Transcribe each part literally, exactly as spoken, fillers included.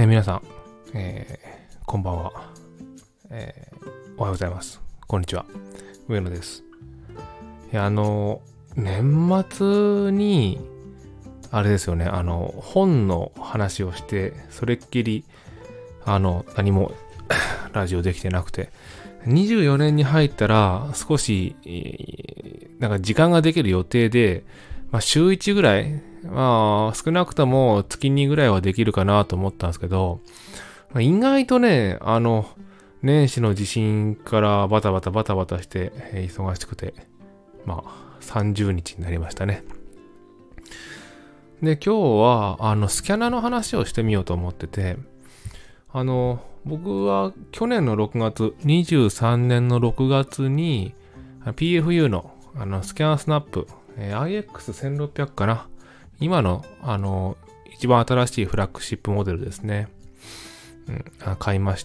ー、皆さん、えー、こんばんは、えー、おはようございます。こんにちは。上野です。いや、あの、年末に、あれですよね、あの、本の話をして、それっきり、あの、何もラジオできてなくて、にじゅうよねんに入ったら、少し、えー、なんか時間ができる予定で、まあ、週いちぐらい、まあ、少なくとも月にぐらいはできるかなと思ったんですけど、まあ、意外とね、あの、年始の地震からバタバタバタバタして、えー、忙しくて、まあ、さんじゅうにちになりましたね。で、今日は、あの、スキャナの話をしてみようと思ってて、あの、僕は去年のろくがつ、にじゅうさんねんのろくがつに、ピーエフユー の、あの、スキャンスナップ、えー、アイエックスせんろっぴゃく かな。今の、あの、一番新しいフラッグシップモデルですね。うん、買いまして、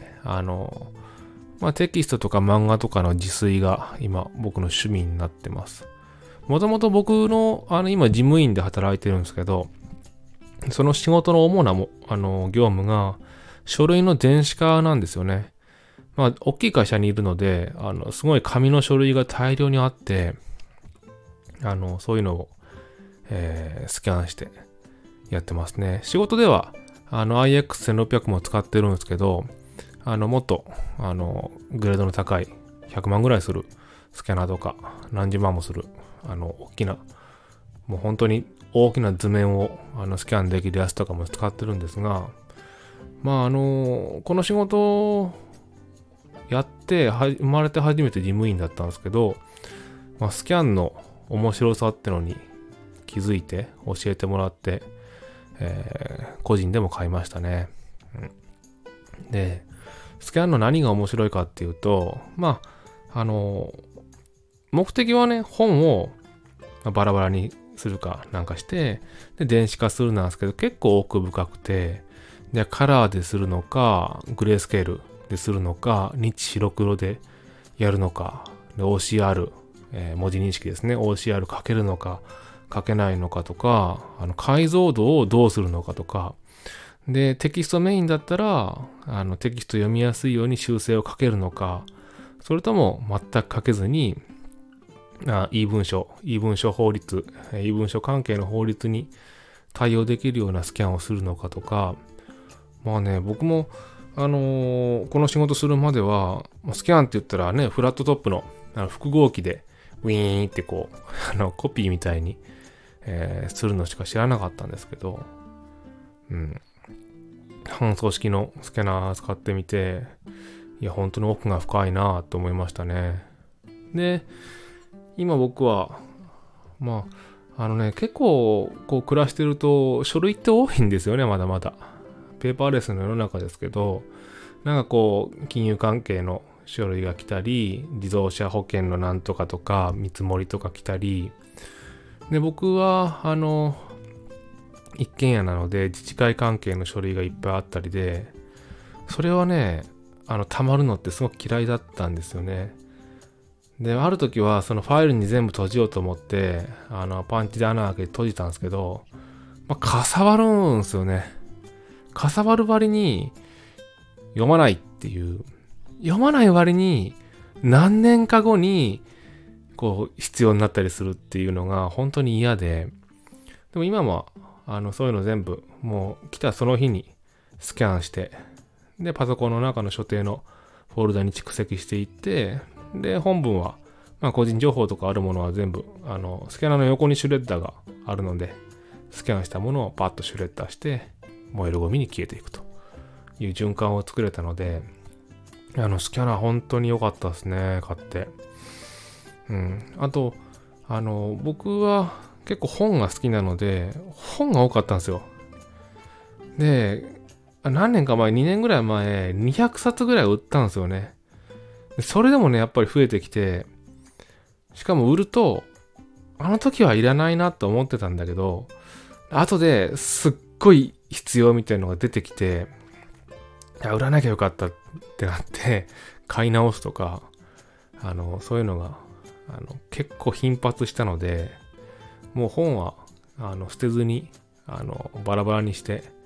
あの、まあ、テキストとか漫画とかの自炊が今僕の趣味になってます。もともと僕の、あの、今事務員で働いてるんですけど、その仕事の主なも、あの、業務が書類の電子化なんですよね。まあ、大きい会社にいるので、あの、すごい紙の書類が大量にあって、あの、そういうのを、えー、スキャンしてやってますね。仕事では、あの、アイエックスせんろっぴゃく も使ってるんですけど、あの、もっと、あの、グレードの高いひゃくまんぐらいするスキャナーとか、何十万もする、あの、大きな、もう本当に大きな図面をあのスキャンできるやつとかも使ってるんですが、まあ、あの、この仕事をやって、生まれて初めて事務員だったんですけど、まあ、スキャンの面白さってのに気づいて教えてもらって、えー、個人でも買いましたね、うん。で、スキャンの何が面白いかっていうと、まあ、あの、目的はね、本をバラバラにするかなんかして、で、電子化するなんですけど、結構奥深くて、じゃあカラーでするのか、グレースケールでするのか、日白黒でやるのか、で オーシーアール、えー、文字認識ですね、オーシーアール かけるのか、かけないのかとか、あの解像度をどうするのかとか、で、テキストメインだったら、あのテキスト読みやすいように修正をかけるのか、それとも全くかけずに、あいい文書、いい文書法律、いい文書関係の法律に対応できるようなスキャンをするのかとか、まあね、僕も、あのー、この仕事するまでは、スキャンって言ったらね、フラットトップのあの複合機で、ウィーンってこう、あのコピーみたいに、えー、するのしか知らなかったんですけど、うん。半装式のスキャナー使ってみて、いや、本当に奥が深いなと思いましたね。で、今僕は、まあ、あのね、結構、こう暮らしてると、書類って多いんですよね、まだまだ。ペーパーレスの世の中ですけど、なんかこう、金融関係の書類が来たり、自動車保険のなんとかとか、見積もりとか来たり、で、僕は、あの、一軒家なので、自治会関係の書類がいっぱいあったりで、それはね、あの、溜まるのってすごく嫌いだったんですよね。で、ある時はそのファイルに全部閉じようと思って、あの、パンチで穴開けて閉じたんですけど、まあ、かさばるんですよね。かさばる割に読まないっていう。読まない割に何年か後にこう必要になったりするっていうのが本当に嫌で、でも今はあのそういうの全部もう来たその日にスキャンして、で、パソコンの中の所定のフォルダに蓄積していって、で、本文は、まあ、個人情報とかあるものは全部、あの、スキャナーの横にシュレッダーがあるので、スキャンしたものをパッとシュレッダーして、燃えるゴミに消えていくという循環を作れたので、あの、スキャナー本当に良かったですね、買って。うん。あと、あの、僕は結構本が好きなので、本が多かったんですよ。で、何年か前、にねんぐらい前、にひゃくさつぐらい売ったんですよね。それでもね、やっぱり増えてきて、しかも売ると、あの時はいらないなと思ってたんだけど、後ですっごい必要みたいなのが出てきて、いや、売らなきゃよかったってなって、買い直すとか、あの、そういうのが、あの、結構頻発したので、もう本は、あの、捨てずに、あの、バラバラにして、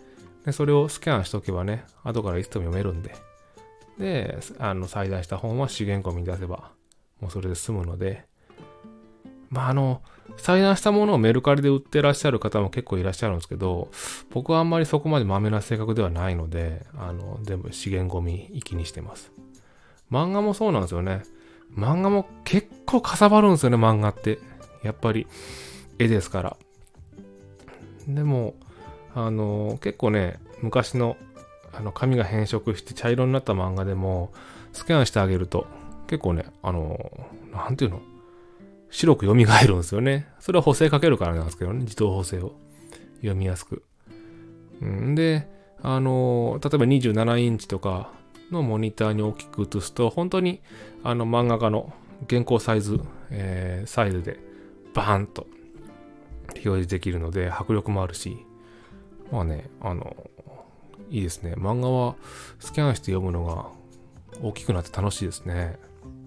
で、それをスキャンしとけばね、後からいつでも読めるんで。で、あの、裁断した本は資源ゴミに出せば、もうそれで済むので、まあ、あの、裁断したものをメルカリで売ってらっしゃる方も結構いらっしゃるんですけど、僕はあんまりそこまでマメな性格ではないので、あの、全部資源ゴミ行きにしてます。漫画もそうなんですよね。漫画も結構かさばるんですよね、漫画って。やっぱり、絵ですから。でも、あの、結構ね、昔の、あの、紙が変色して茶色になった漫画でも、スキャンしてあげると、結構ね、あの、なんていうの、白く蘇るんですよね。それは補正かけるからなんですけどね、自動補正を。読みやすく。うん、で、あの、例えばにじゅうななインチとかのモニターに大きく映すと、本当にあの漫画家の原稿サイズ、えー、サイズでバーンと表示できるので、迫力もあるし、まあね、あの、いいですね。漫画はスキャンして読むのが大きくなって楽しいですね。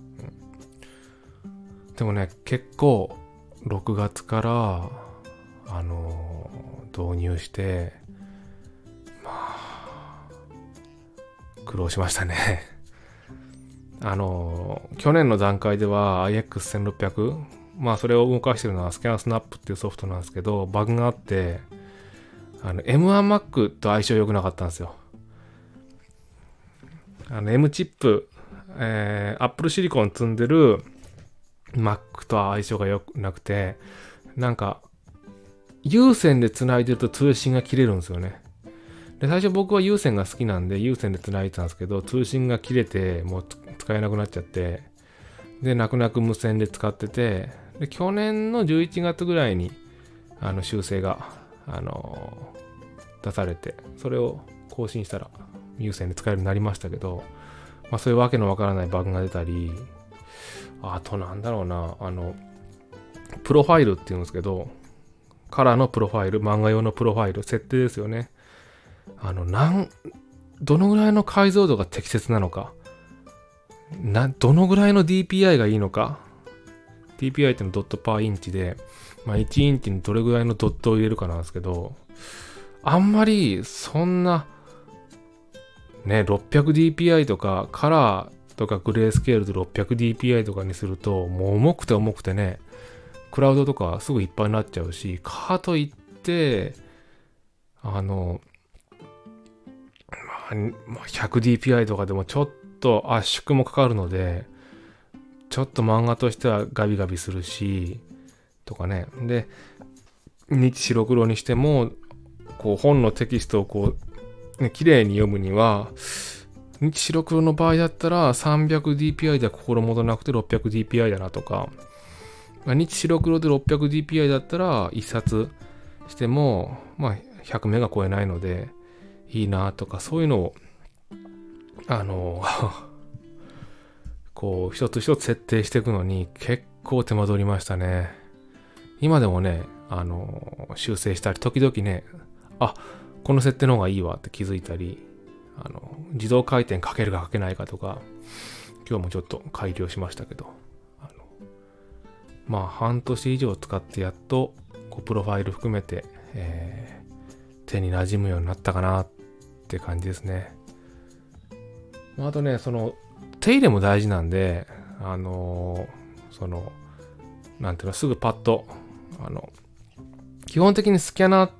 うん、でもね、結構ろくがつからあの導入して、まあ苦労しましたね。あの去年の段階では アイエックスせんろっぴゃく、まあそれを動かしてるのはスキャンスナップっていうソフトなんですけど、バグがあって、あの エムワンマック と相性良くなかったんですよ。あの M チップ、えー、Apple シリコン積んでる Mac とは相性が良くなくて、なんか有線で繋いでると通信が切れるんですよね。で、最初僕は有線が好きなんで有線で繋いでたんですけど、通信が切れてもう使えなくなっちゃって、で、泣く泣く無線で使ってて、で、去年のじゅういちがつぐらいにあの修正が、あのー、出されて、それを更新したら有線で使えるようになりましたけど、まあそういうわけのわからないバグが出たり、あとなんだろうな、あの、プロファイルっていうんですけど、カラーのプロファイル、漫画用のプロファイル、設定ですよね。あの、なん、どのぐらいの解像度が適切なのか、な、どのぐらいの ディーピーアイ がいいのか、ディーピーアイ ってのはドットパーインチで、まあいちインチにどれぐらいのドットを入れるかなんですけど、あんまりそんな、ね、ろっぴゃくディーピーアイ とかカラーとかグレースケールで ろっぴゃくディーピーアイ とかにすると、もう重くて重くてね、クラウドとかすぐいっぱいになっちゃうし、かといって、あの、まあ、ひゃくディーピーアイ とかでもちょっと圧縮もかかるので、ちょっと漫画としてはガビガビするし、とかね。で、日白黒にしても、こう本のテキストをこう、ね、綺麗に読むには、日白黒の場合だったら さんびゃくディーピーアイ では心もとなくて ろっぴゃくディーピーアイ だなとか、日白黒で ろっぴゃくディーピーアイ だったら一冊しても、まあひゃくメガ超えないのでいいなとか、そういうのを、あの、こう一つ一つ設定していくのに結構手間取りましたね。今でもね、あの、修正したり、時々ね、あ、この設定の方がいいわって気づいたり、あの、自動回転かけるかかけないかとか、今日もちょっと改良しましたけど、あのまあ半年以上使ってやっと、こうプロファイル含めて、えー、手に馴染むようになったかなって感じですね。あとね、その、手入れも大事なんで、あのー、その、なんていうの、すぐパッと、あの、基本的にスキャナーって、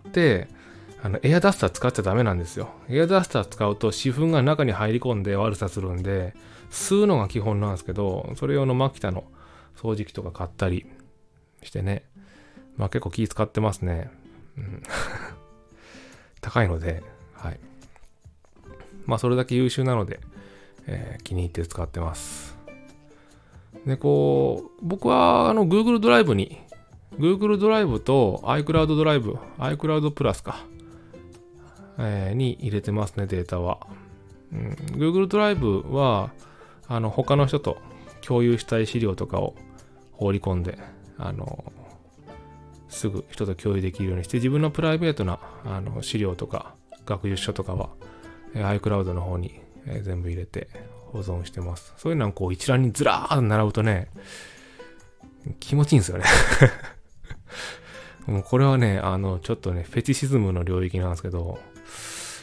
あの、エアダスター使っちゃダメなんですよ。エアダスター使うと脂粉が中に入り込んで悪さするんで、吸うのが基本なんですけど、それ用のマキタの掃除機とか買ったりしてね。まあ結構気使ってますね。うん、高いので、はい。まあそれだけ優秀なので、えー、気に入って使ってます。で、こう、僕はあの Google ドライブに、Google ドライブと iCloud ドライブ、iCloud プラスか、えー、に入れてますね、データは。うん、Google ドライブは、あの、他の人と共有したい資料とかを放り込んで、あの、すぐ人と共有できるようにして、自分のプライベートなあの資料とか、学習書とかは、えー、iCloud の方に、えー、全部入れて保存してます。そういうのはこう一覧にずらーっと並ぶとね、気持ちいいんですよね。もうこれはね、あの、ちょっとね、フェチシズムの領域なんですけど、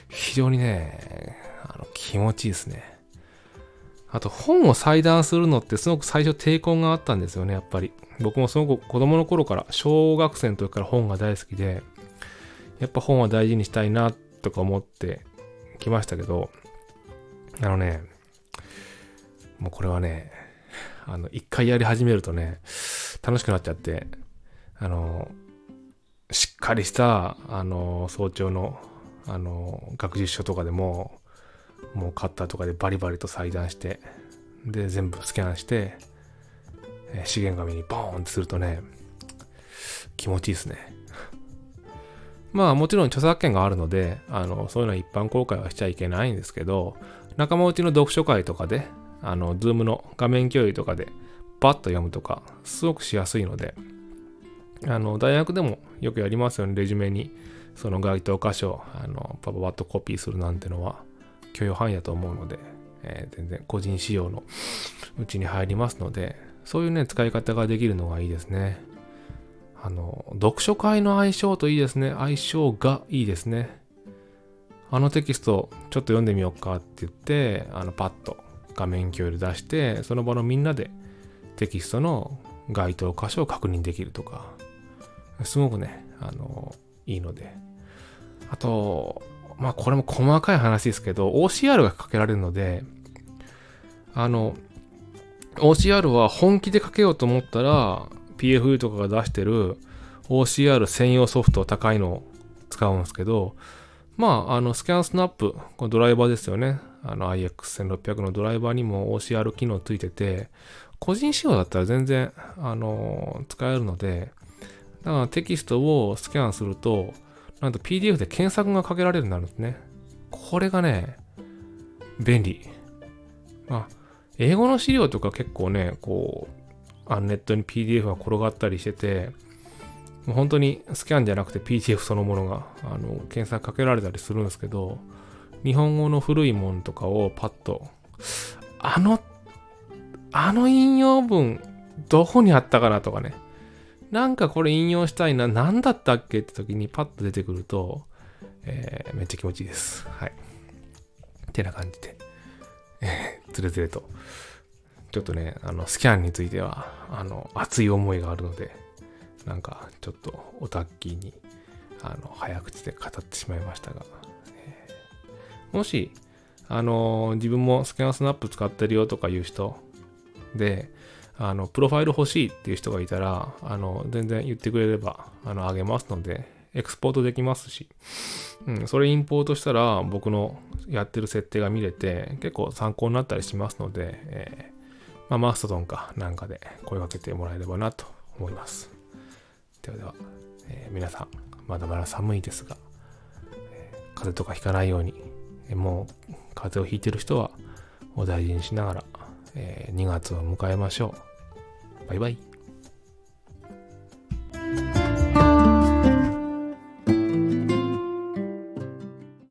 非常にね、あの気持ちいいですね。あと本を裁断するのってすごく最初抵抗があったんですよね、やっぱり。僕もすごく子供の頃から、小学生の時から本が大好きで、やっぱ本は大事にしたいなとか思ってきましたけど、あのね、もうこれはね、あの、一回やり始めるとね、楽しくなっちゃって、あの、しっかりした、あの、早朝の、あの、学術書とかでも、もうカッターとかでバリバリと裁断して、で、全部スキャンして、えー資源紙にボーンってするとね、気持ちいいですね。まあもちろん著作権があるので、あの、そういうのは一般公開はしちゃいけないんですけど、仲間内の読書会とかで、あの、ズームの画面共有とかで、バッと読むとか、すごくしやすいので、あの、大学でもよくやりますよね、レジュメに、その該当箇所、あの、パパパッとコピーするなんてのは、許容範囲だと思うので、えー全然個人仕様のうちに入りますので、そういうね、使い方ができるのがいいですね。あの、読書会の相性といいですね。相性がいいですね。あのテキストちょっと読んでみようかって言って、あの、パッと画面共有で出して、その場のみんなでテキストの該当箇所を確認できるとか、すごくね、あの、いいので。あと、まあこれも細かい話ですけど、オーシーアール がかけられるので、あの、オーシーアール は本気でかけようと思ったら、ピーエフユー とかが出してる オーシーアール 専用ソフト高いのを使うんですけど、まあ、あの、スキャンスナップ、このドライバーですよね。あの アイエックスせんろっぴゃく のドライバーにも オーシーアール 機能ついてて、個人仕様だったら全然、あの、使えるので、だからテキストをスキャンすると、なんと ピーディーエフ で検索がかけられるようになるんですね。これがね、便利。まあ、英語の資料とか結構ね、こう、あネットに ピーディーエフ が転がったりしてて、もう本当にスキャンじゃなくて ピーディーエフ そのものがあの検索かけられたりするんですけど、日本語の古いもんとかをパッと、あの、あの引用文、どこにあったかなとかね、なんかこれ引用したいな、何だったっけって時にパッと出てくると、えーめっちゃ気持ちいいです。はい。ってな感じで、えー、つれつれと。ちょっとね、あの、スキャンについては、あの、熱い思いがあるので、なんか、ちょっと、オタッキーに、あの、早口で語ってしまいましたが、えーもし、あの、自分もスキャンスナップ使ってるよとかいう人で、あの、プロファイル欲しいっていう人がいたら、あの、全然言ってくれれば、あの、あげますので、エクスポートできますし、うん、それインポートしたら、僕のやってる設定が見れて、結構参考になったりしますので、えーまあ、マストドンかなんかで声をかけてもらえればなと思います。ではでは、えー皆さん、まだまだ寒いですが、えー風邪とかひかないように、えーもう風邪をひいてる人はお大事にしながら、えーにがつを迎えましょう。バイバイ。